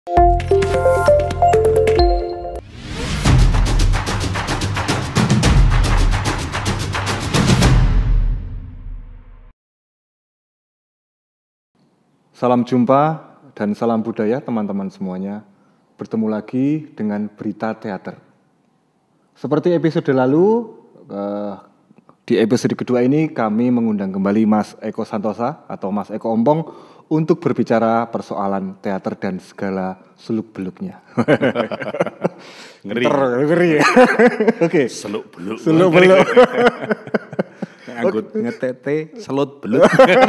Salam jumpa dan salam budaya teman-teman semuanya. Bertemu lagi dengan Berita Teater. Seperti episode lalu, di episode kedua ini kami mengundang kembali Mas Eko Santosa atau Mas Eko Ompong untuk berbicara persoalan teater dan segala seluk-beluknya. Ngeri ya? Oke. Seluk-beluk. Anggut ngetete selut beluk.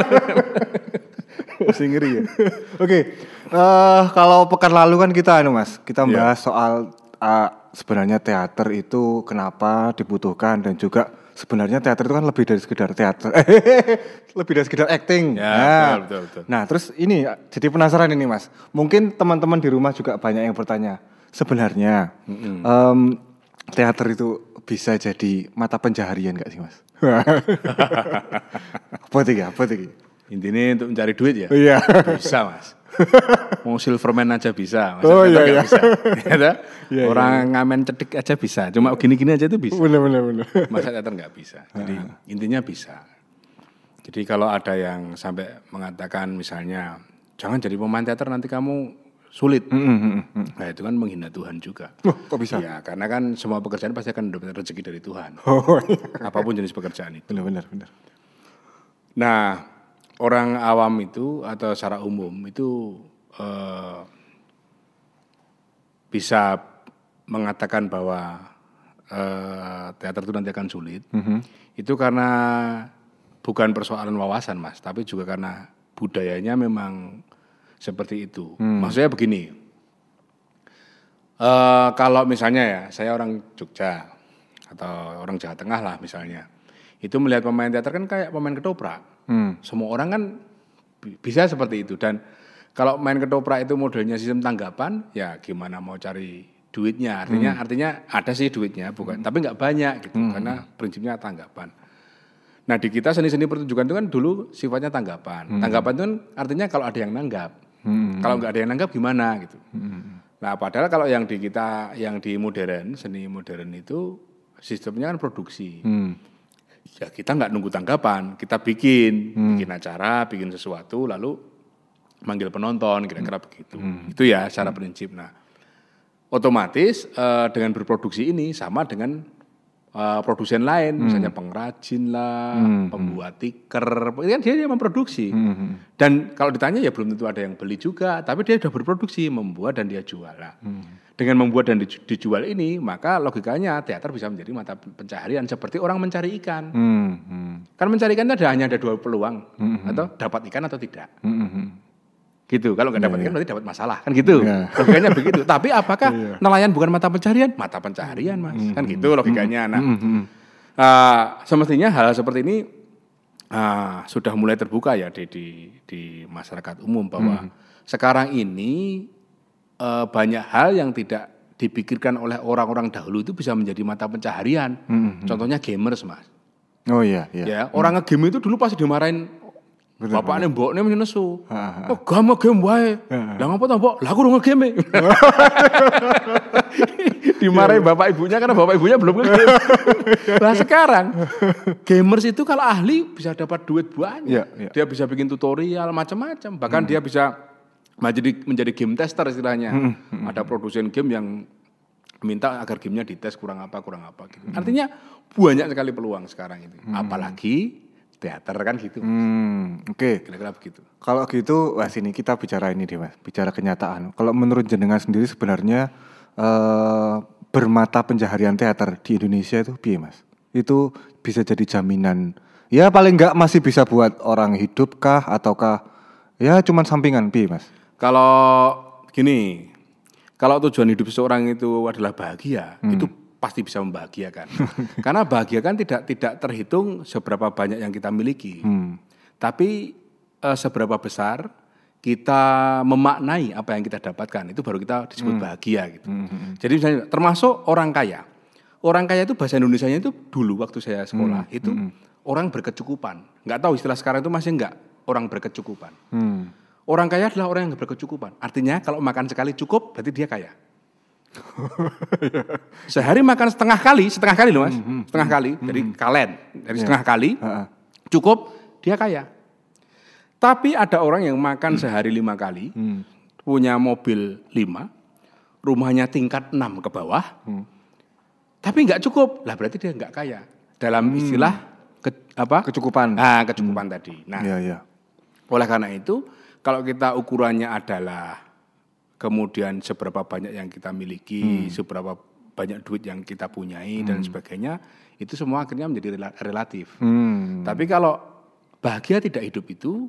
Masih ngeri ya. Oke. Kalau pekan lalu kan kita bahas soal sebenarnya teater itu kenapa dibutuhkan dan juga sebenarnya teater itu kan lebih dari sekedar teater. Lebih dari sekedar acting. Ya, betul. Nah, terus ini jadi penasaran ini Mas. Mungkin teman-teman di rumah juga banyak yang bertanya. Sebenarnya teater itu bisa jadi mata pencaharian gak sih Mas? Apa tiga? Intinya untuk mencari duit ya? Iya. Bisa Mas. Mau Silverman aja bisa. Mas Oh iya. Bisa. Ya, orang ngamen cedik aja bisa. Cuma gini-gini aja itu bisa. Bener. Masa teater nggak bisa. Jadi intinya bisa. Jadi kalau ada yang sampai mengatakan misalnya jangan jadi pemain teater nanti kamu sulit. Nah itu kan menghina Tuhan juga. Kok bisa? Ya karena kan semua pekerjaan pasti akan dapat rezeki dari Tuhan. Oh iya. Apapun jenis pekerjaan itu. Bener. Nah orang awam itu atau secara umum itu bisa mengatakan bahwa teater itu nanti akan sulit. Itu karena bukan persoalan wawasan Mas, tapi juga karena budayanya memang seperti itu. Maksudnya begini, kalau misalnya ya saya orang Jogja atau orang Jawa Tengah lah misalnya, itu melihat pemain teater kan kayak pemain ketoprak. Semua orang kan bisa seperti itu. Dan kalau main ketoprak itu modelnya sistem tanggapan, ya gimana mau cari duitnya? Artinya ada sih duitnya, bukan, tapi nggak banyak gitu, karena prinsipnya tanggapan. Nah di kita seni-seni pertunjukan itu kan dulu sifatnya tanggapan. Tanggapan itu kan artinya kalau ada yang nanggap. Kalau nggak ada yang nanggap gimana gitu. Nah padahal kalau yang di kita, yang di modern, seni modern itu sistemnya kan produksi. Ya kita nggak nunggu tanggapan, kita bikin acara, bikin sesuatu, lalu manggil penonton, kira-kira begitu. Itu ya secara prinsip. Nah, otomatis dengan berproduksi ini sama dengan produsen lain, misalnya pengrajin lah, pembuat tiker, itu kan dia memproduksi. Dan kalau ditanya ya belum tentu ada yang beli juga, tapi dia sudah berproduksi, membuat dan dia jual lah. Dengan membuat dan dijual ini, maka logikanya teater bisa menjadi mata pencaharian seperti orang mencari ikan. Kan mencari ikan itu hanya ada dua peluang, atau dapat ikan atau tidak. Gitu. Kalau nggak dapat ikan berarti dapat masalah, kan gitu. Logikanya begitu. Tapi apakah nelayan bukan mata pencaharian? Mata pencaharian Mas, kan gitu logikanya. Nah, semestinya hal seperti ini sudah mulai terbuka ya di masyarakat umum bahwa sekarang ini banyak hal yang tidak dipikirkan oleh orang-orang dahulu itu bisa menjadi mata pencaharian. Contohnya gamers Mas. Oh iya. Ya, orang nge-game itu dulu pasti dimarahin bapaknya mboknya mesti nesu. Oh, game wae. Lah ngapa to, Mbok? Lah aku urung nge-game. Dimarahin bapak ibunya karena bapak ibunya belum nge-game. Nah, sekarang gamers itu kalau ahli bisa dapat duit banyak. Dia bisa bikin tutorial macam-macam, bahkan dia bisa menjadi game tester istilahnya. Ada produsen game yang minta agar gamenya dites kurang apa gitu. Artinya banyak sekali peluang sekarang itu. Apalagi teater kan gitu. Oke. Kira-kira begitu. Kalau gitu, sini kita bicara ini deh Mas, bicara kenyataan. Kalau menurut jenengan sendiri sebenarnya bermata pencaharian teater di Indonesia itu piye Mas? Itu bisa jadi jaminan. Ya paling enggak masih bisa buat orang hidup kah ataukah ya cuman sampingan piye Mas? Kalau gini, kalau tujuan hidup seseorang itu adalah bahagia, itu pasti bisa membahagiakan. Karena bahagia kan tidak terhitung seberapa banyak yang kita miliki, tapi seberapa besar kita memaknai apa yang kita dapatkan, itu baru kita disebut bahagia gitu. Jadi misalnya termasuk orang kaya. Orang kaya itu bahasa Indonesianya itu dulu waktu saya sekolah itu orang berkecukupan. Nggak tahu istilah sekarang itu masih enggak orang berkecukupan. Orang kaya adalah orang yang berkecukupan. Artinya kalau makan sekali cukup, berarti dia kaya. Sehari makan setengah kali loh Mas, setengah kali dari setengah kali cukup, dia kaya. Tapi ada orang yang makan sehari 5 kali, punya mobil 5, rumahnya tingkat 6 ke bawah, tapi nggak cukup, lah berarti dia nggak kaya. Dalam istilah kecukupan. Nah, kecukupan tadi. Nah, oleh karena itu, kalau kita ukurannya adalah kemudian seberapa banyak yang kita miliki, seberapa banyak duit yang kita punyai dan sebagainya, itu semua akhirnya menjadi relatif. Tapi kalau bahagia tidak hidup itu,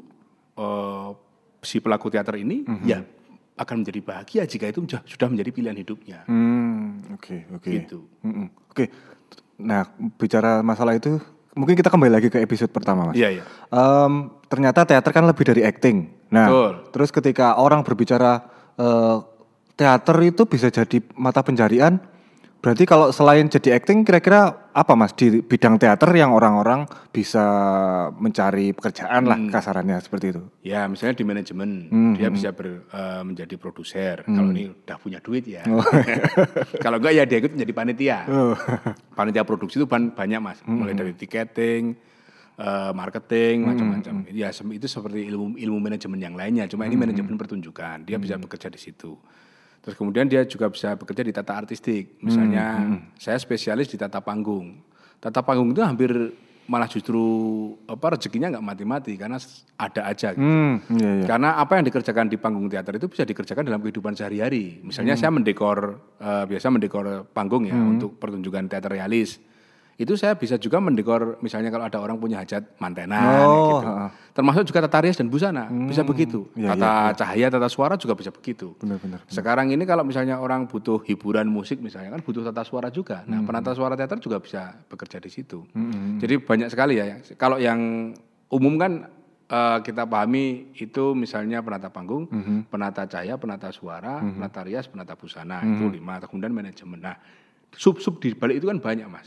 si pelaku teater ini ya akan menjadi bahagia jika itu sudah menjadi pilihan hidupnya. Oke. Gitu. Oke. Nah, bicara masalah itu, mungkin kita kembali lagi ke episode pertama, Mas. Iya. Ternyata teater kan lebih dari acting. Nah, betul. Terus ketika orang berbicara teater itu bisa jadi mata pencarian, berarti kalau selain jadi acting, kira-kira apa Mas di bidang teater yang orang-orang bisa mencari pekerjaan lah kasarannya seperti itu? Ya, misalnya di manajemen, dia bisa menjadi produser. Kalau ini udah punya duit ya. Kalau enggak ya dia ikut menjadi panitia. Panitia produksi itu banyak Mas, mulai dari tiketing, marketing, macam-macam. Ya itu seperti ilmu manajemen yang lainnya. Cuma ini manajemen pertunjukan, dia bisa bekerja di situ. Terus kemudian dia juga bisa bekerja di tata artistik. Misalnya saya spesialis di tata panggung. Tata panggung itu hampir malah justru rezekinya nggak mati-mati karena ada aja gitu. Karena apa yang dikerjakan di panggung teater itu bisa dikerjakan dalam kehidupan sehari-hari. Misalnya saya biasa mendekor panggung ya untuk pertunjukan teater realis. Itu saya bisa juga mendekor misalnya kalau ada orang punya hajat mantenan gitu. Termasuk juga tata rias dan busana, bisa begitu. Cahaya, tata suara juga bisa begitu. Benar. Sekarang ini kalau misalnya orang butuh hiburan musik misalnya kan butuh tata suara juga. Nah, penata suara teater juga bisa bekerja di situ. Jadi banyak sekali ya. Kalau yang umum kan kita pahami itu misalnya penata panggung, penata cahaya, penata suara, penata rias, penata busana, itu 5. Kemudian manajemen. Nah, sub-sub di balik itu kan banyak Mas.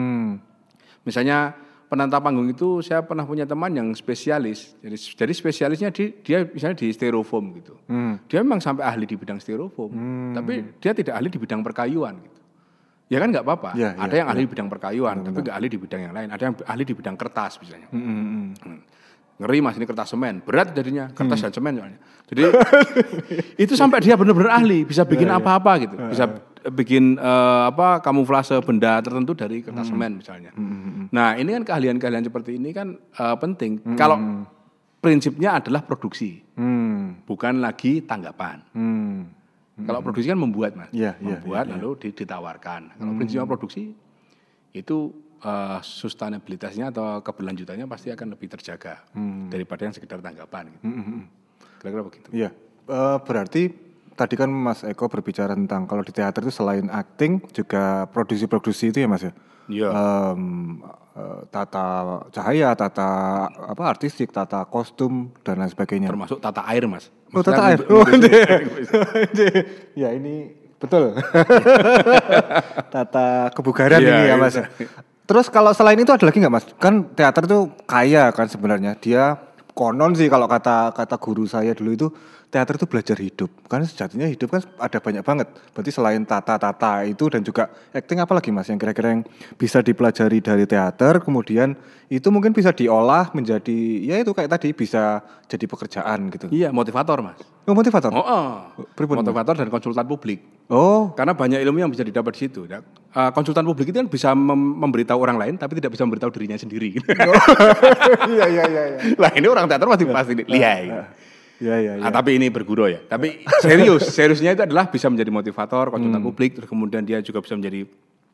Misalnya penata panggung itu saya pernah punya teman yang spesialis. Jadi spesialisnya dia misalnya di styrofoam gitu. Dia memang sampai ahli di bidang styrofoam. Tapi dia tidak ahli di bidang perkayuan gitu. Ya kan nggak apa-apa. Ada yang ahli di bidang perkayuan, tapi nggak ahli di bidang yang lain. Ada yang ahli di bidang kertas misalnya. Ngeri Mas, ini kertas semen. Berat jadinya, kertas dan semen soalnya. Jadi itu sampai dia benar-benar ahli, bisa bikin apa-apa gitu. Bisa bikin kamuflase benda tertentu dari kertas semen misalnya. Nah, ini kan keahlian-keahlian seperti ini kan penting. Kalau prinsipnya adalah produksi. Bukan lagi tanggapan. Kalau produksi kan membuat Mas. Membuat lalu ditawarkan. Kalau prinsipnya produksi itu sustainabilitasnya atau keberlanjutannya pasti akan lebih terjaga daripada yang sekedar tanggapan gitu. Kira-kira begitu. Iya. Berarti tadi kan Mas Eko berbicara tentang kalau di teater itu selain acting juga produksi-produksi itu ya Mas ya. Iya. Tata cahaya, tata artistik, tata kostum dan lain sebagainya. Termasuk tata air Mas. Tata air. Ya ini betul. Tata kebugaran ini ya Mas. Terus kalau selain itu ada lagi nggak Mas? Kan teater itu kaya kan sebenarnya. Dia konon sih kalau kata guru saya dulu itu teater itu belajar hidup. Karena sejatinya hidup kan ada banyak banget. Berarti selain tata itu dan juga acting apa lagi Mas yang kira-kira yang bisa dipelajari dari teater kemudian itu mungkin bisa diolah menjadi ya itu kayak tadi bisa jadi pekerjaan gitu. Iya, motivator Mas. Oh, motivator. Motivator dan konsultan publik. Oh, karena banyak ilmu yang bisa didapat di situ. Konsultan publik itu kan bisa memberitahu orang lain tapi tidak bisa memberitahu dirinya sendiri. Iya. Lah ini orang teater pasti lihat. Iya. Tapi ini berguru ya. Tapi seriusnya itu adalah bisa menjadi motivator, konsultan publik, terus kemudian dia juga bisa menjadi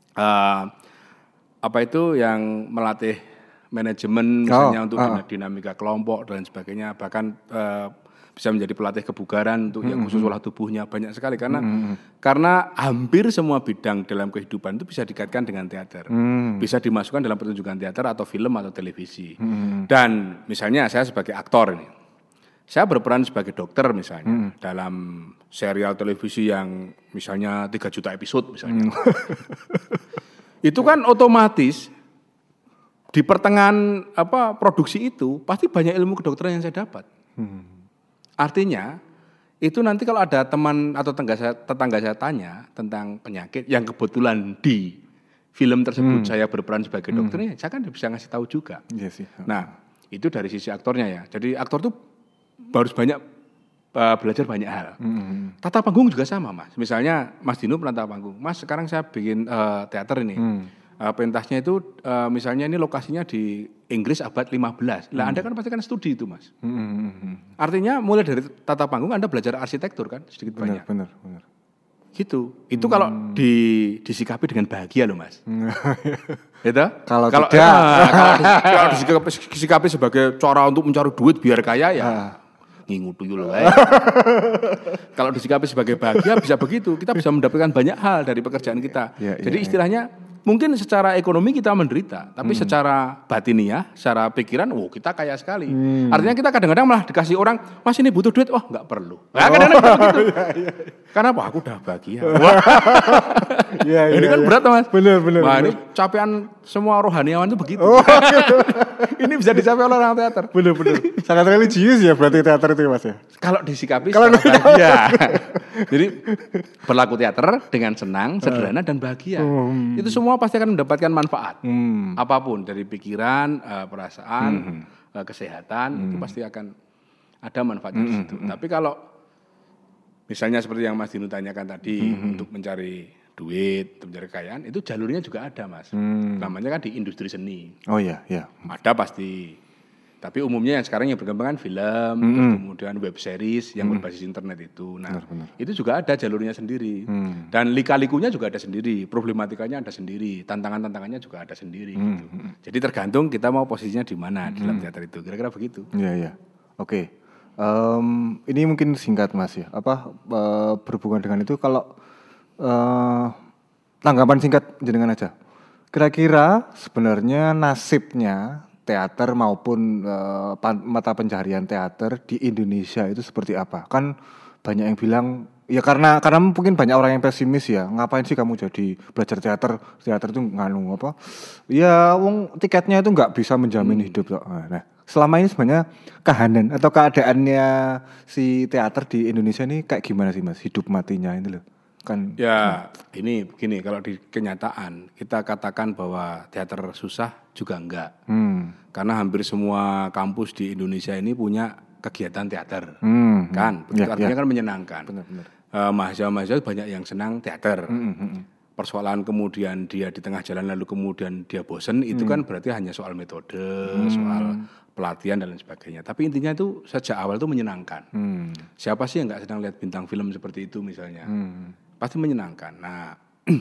yang melatih manajemen misalnya untuk dinamika kelompok dan sebagainya, bahkan bisa menjadi pelatih kebugaran untuk yang khusus olah tubuhnya, banyak sekali karena hampir semua bidang dalam kehidupan itu bisa dikaitkan dengan teater. Bisa dimasukkan dalam pertunjukan teater atau film atau televisi. Dan misalnya saya sebagai aktor ini, saya berperan sebagai dokter misalnya dalam serial televisi yang misalnya 3 juta episode misalnya. Itu kan otomatis di pertengahan produksi itu pasti banyak ilmu kedokteran yang saya dapat. Artinya itu nanti kalau ada teman atau tetangga saya tanya tentang penyakit yang kebetulan di film tersebut saya berperan sebagai dokternya, saya kan bisa ngasih tahu juga. Iya sih. Nah, itu dari sisi aktornya ya. Jadi aktor tuh harus banyak belajar banyak hal. Tata panggung juga sama, Mas. Misalnya Mas Dino pernah tata panggung. Mas, sekarang saya bikin teater ini. Pentasnya itu misalnya ini lokasinya di Inggris abad 15. Lah Anda kan pasti kan studi itu, Mas. Artinya mulai dari tata panggung Anda belajar arsitektur kan sedikit banyak. Benar. Gitu. Itu kalau disikapi dengan bahagia loh, Mas. Gitu? Kalau kalau disikapi sebagai cara untuk mencari duit biar kaya ya ngingu tuyul loh. Kalau disikapi sebagai bahagia bisa begitu. Kita bisa mendapatkan banyak hal dari pekerjaan kita. Jadi istilahnya mungkin secara ekonomi kita menderita, tapi secara batiniah, secara pikiran, kita kaya sekali. Artinya kita kadang-kadang malah dikasih orang, Mas ini butuh duit, nggak perlu. Nah, kadang-kadang begitu. Karena aku udah bahagia. Ini kan berat, Mas. Benar. Wah, ini capean semua rohaniawan itu begitu. Ini bisa dicapai oleh orang teater. Benar. Sangat religius ya berarti teater itu, Mas ya. Kalau disikapi bahagia. Jadi berlaku teater dengan senang, sederhana dan bahagia. Itu semua pasti akan mendapatkan manfaat. Apapun dari pikiran, perasaan, kesehatan itu pasti akan ada manfaatnya di situ. Tapi kalau misalnya seperti yang Mas Dino tanyakan tadi untuk mencari duit, untuk mencari kekayaan, itu jalurnya juga ada, Mas. Namanya kan di industri seni. Oh iya. Ada pasti. Tapi umumnya yang sekarang yang berkembang kan film, terus kemudian web series yang berbasis internet itu. Nah, itu juga ada jalurnya sendiri. Dan lika-likunya juga ada sendiri, problematikanya ada sendiri, tantangannya juga ada sendiri. Gitu. Jadi tergantung kita mau posisinya di mana di dalam teater itu. Kira-kira begitu. Iya. Oke. Ini mungkin singkat, Mas ya. Berhubungan dengan itu kalau tanggapan singkat jenengan aja. Kira-kira sebenarnya nasibnya teater maupun mata pencaharian teater di Indonesia itu seperti apa? Kan banyak yang bilang ya karena mungkin banyak orang yang pesimis ya. Ngapain sih kamu jadi belajar teater itu nganu apa? Ya tiketnya itu nggak bisa menjamin hidup kok. Nah, selama ini sebenarnya kahanan atau keadaannya si teater di Indonesia ini kayak gimana sih, Mas? Hidup matinya ini loh. Kan ya ini begini, kalau di kenyataan kita katakan bahwa teater susah juga enggak. Karena hampir semua kampus di Indonesia ini punya kegiatan teater. Kan? Artinya kan menyenangkan. Benar. Mahasiswa-mahasiswa banyak yang senang teater. Persoalan kemudian dia di tengah jalan lalu kemudian dia bosen, itu kan berarti hanya soal metode, soal pelatihan dan lain sebagainya. Tapi intinya itu sejak awal itu menyenangkan. Siapa sih yang nggak sedang lihat bintang film seperti itu misalnya? Pasti menyenangkan. Nah,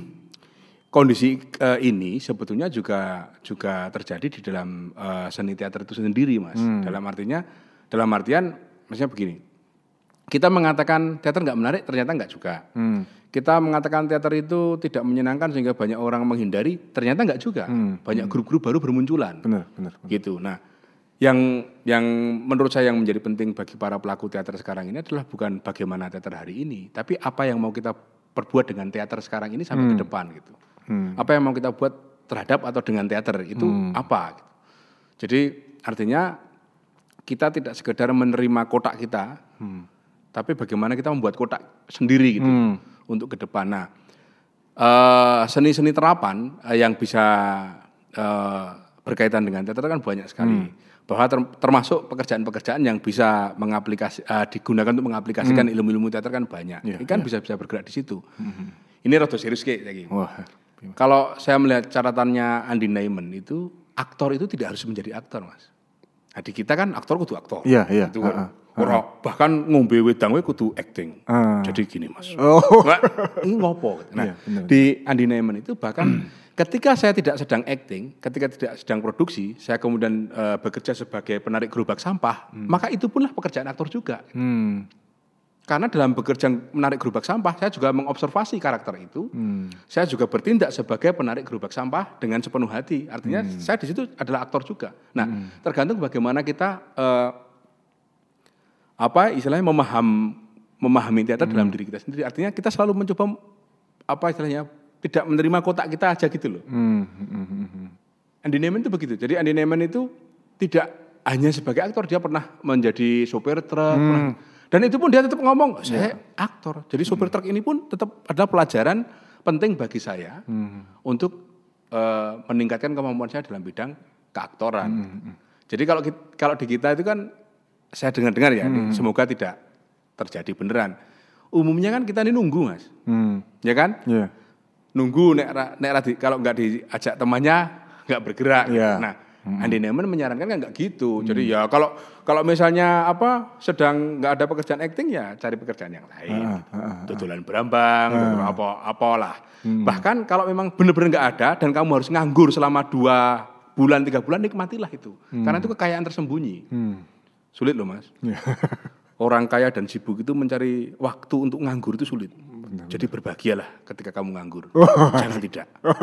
kondisi ini sebetulnya juga terjadi di dalam seni teater itu sendiri, Mas. Dalam artian, maksudnya begini. Kita mengatakan teater nggak menarik, ternyata nggak juga. Kita mengatakan teater itu tidak menyenangkan sehingga banyak orang menghindari, ternyata nggak juga. Banyak grup-grup baru bermunculan. Benar. Gitu. Nah, yang menurut saya yang menjadi penting bagi para pelaku teater sekarang ini adalah bukan bagaimana teater hari ini, tapi apa yang mau kita perbuat dengan teater sekarang ini sampai ke depan gitu. Apa yang mau kita buat terhadap atau dengan teater itu apa? Gitu. Jadi artinya kita tidak sekedar menerima kotak kita, tapi bagaimana kita membuat kotak sendiri gitu untuk ke depan. Nah, seni-seni terapan yang bisa berkaitan dengan teater kan banyak sekali. Bahwa termasuk pekerjaan-pekerjaan yang bisa digunakan untuk mengaplikasikan ilmu-ilmu teater kan banyak. Ini kan bisa bergerak di situ. Ini rada serius kayak lagi. Kalau saya melihat catatannya Andy Neyman itu, aktor itu tidak harus menjadi aktor, Mas. Nah, di kita kan aktor kudu aktor. Iya. Itu kan. Bahkan ngombe wedang kudu acting. Jadi gini, Mas. Ini ngopo? Nah, di Andy Neyman itu bahkan ketika saya tidak sedang acting, ketika tidak sedang produksi, saya kemudian bekerja sebagai penarik gerobak sampah, maka itu punlah pekerjaan aktor juga. Karena dalam bekerja menarik gerobak sampah, saya juga mengobservasi karakter itu. Saya juga bertindak sebagai penarik gerobak sampah dengan sepenuh hati. Artinya saya di situ adalah aktor juga. Nah, tergantung bagaimana kita istilahnya memahami teater dalam diri kita sendiri. Artinya kita selalu mencoba tidak menerima kotak kita aja gitu loh. Andy Neyman itu begitu. Jadi Andy Neyman itu tidak hanya sebagai aktor, dia pernah menjadi sopir truk, Dan itu pun dia tetap ngomong, saya aktor. Jadi sopir truk ini pun tetap ada pelajaran penting bagi saya untuk meningkatkan kemampuan saya dalam bidang keaktoran. Jadi kalau di kita itu kan saya dengar-dengar ya, semoga tidak terjadi beneran. Umumnya kan kita ini nunggu, Mas. Ya kan? Yeah. Nunggu kalau nggak diajak temannya nggak bergerak. Yeah. Nah, Andy Neyman menyarankan kan nggak gitu. Jadi ya kalau misalnya sedang nggak ada pekerjaan acting ya cari pekerjaan yang lain. Tutulan berambang, apalah. Bahkan kalau memang benar-benar nggak ada dan kamu harus nganggur selama 2 bulan, 3 bulan, nikmatilah itu. Karena itu kekayaan tersembunyi. Sulit loh, Mas. Orang kaya dan sibuk itu mencari waktu untuk nganggur itu sulit. Jadi berbahagialah ketika kamu nganggur. Jangan tidak.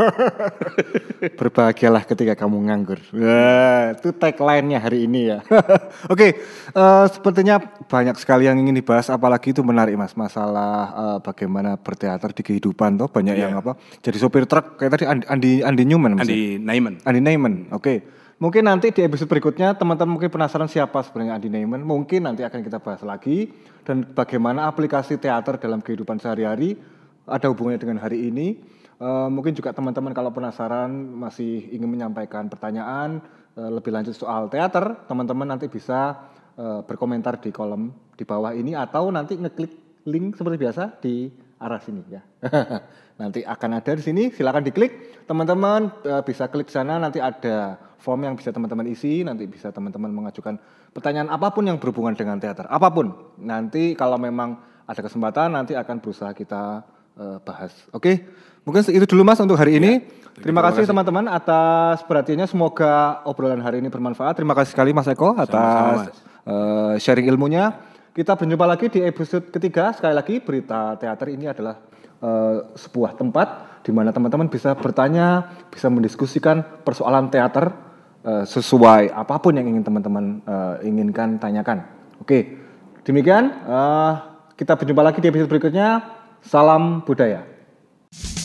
Berbahagialah ketika kamu nganggur. Itu tagline-nya hari ini ya. Oke, sepertinya banyak sekali yang ingin dibahas, apalagi itu menarik, Mas, masalah bagaimana berteater di kehidupan tuh banyak yang jadi sopir truk kayak tadi Andy Newman, Mas. Andy Neyman. Oke. Mungkin nanti di episode berikutnya teman-teman mungkin penasaran siapa sebenarnya Andy Neyman. Mungkin nanti akan kita bahas lagi dan bagaimana aplikasi teater dalam kehidupan sehari-hari ada hubungannya dengan hari ini. Mungkin juga teman-teman kalau penasaran masih ingin menyampaikan pertanyaan lebih lanjut soal teater, teman-teman nanti bisa berkomentar di kolom di bawah ini atau nanti ngeklik link seperti biasa di arah sini ya. Nanti akan ada di sini, silakan diklik. Teman-teman bisa klik sana, nanti ada form yang bisa teman-teman isi, nanti bisa teman-teman mengajukan pertanyaan apapun yang berhubungan dengan teater, apapun. Nanti kalau memang ada kesempatan nanti akan berusaha kita bahas. Oke, mungkin itu dulu, Mas, untuk hari ini. Terima kasih teman-teman atas perhatiannya, semoga obrolan hari ini bermanfaat. Terima kasih sekali Mas Eko atas sharing ilmunya. Kita berjumpa lagi di episode ketiga. Sekali lagi, Berita Teater ini adalah sebuah tempat di mana teman-teman bisa bertanya, bisa mendiskusikan persoalan teater sesuai apapun yang ingin teman-teman inginkan tanyakan. Oke, demikian kita berjumpa lagi di episode berikutnya. Salam budaya.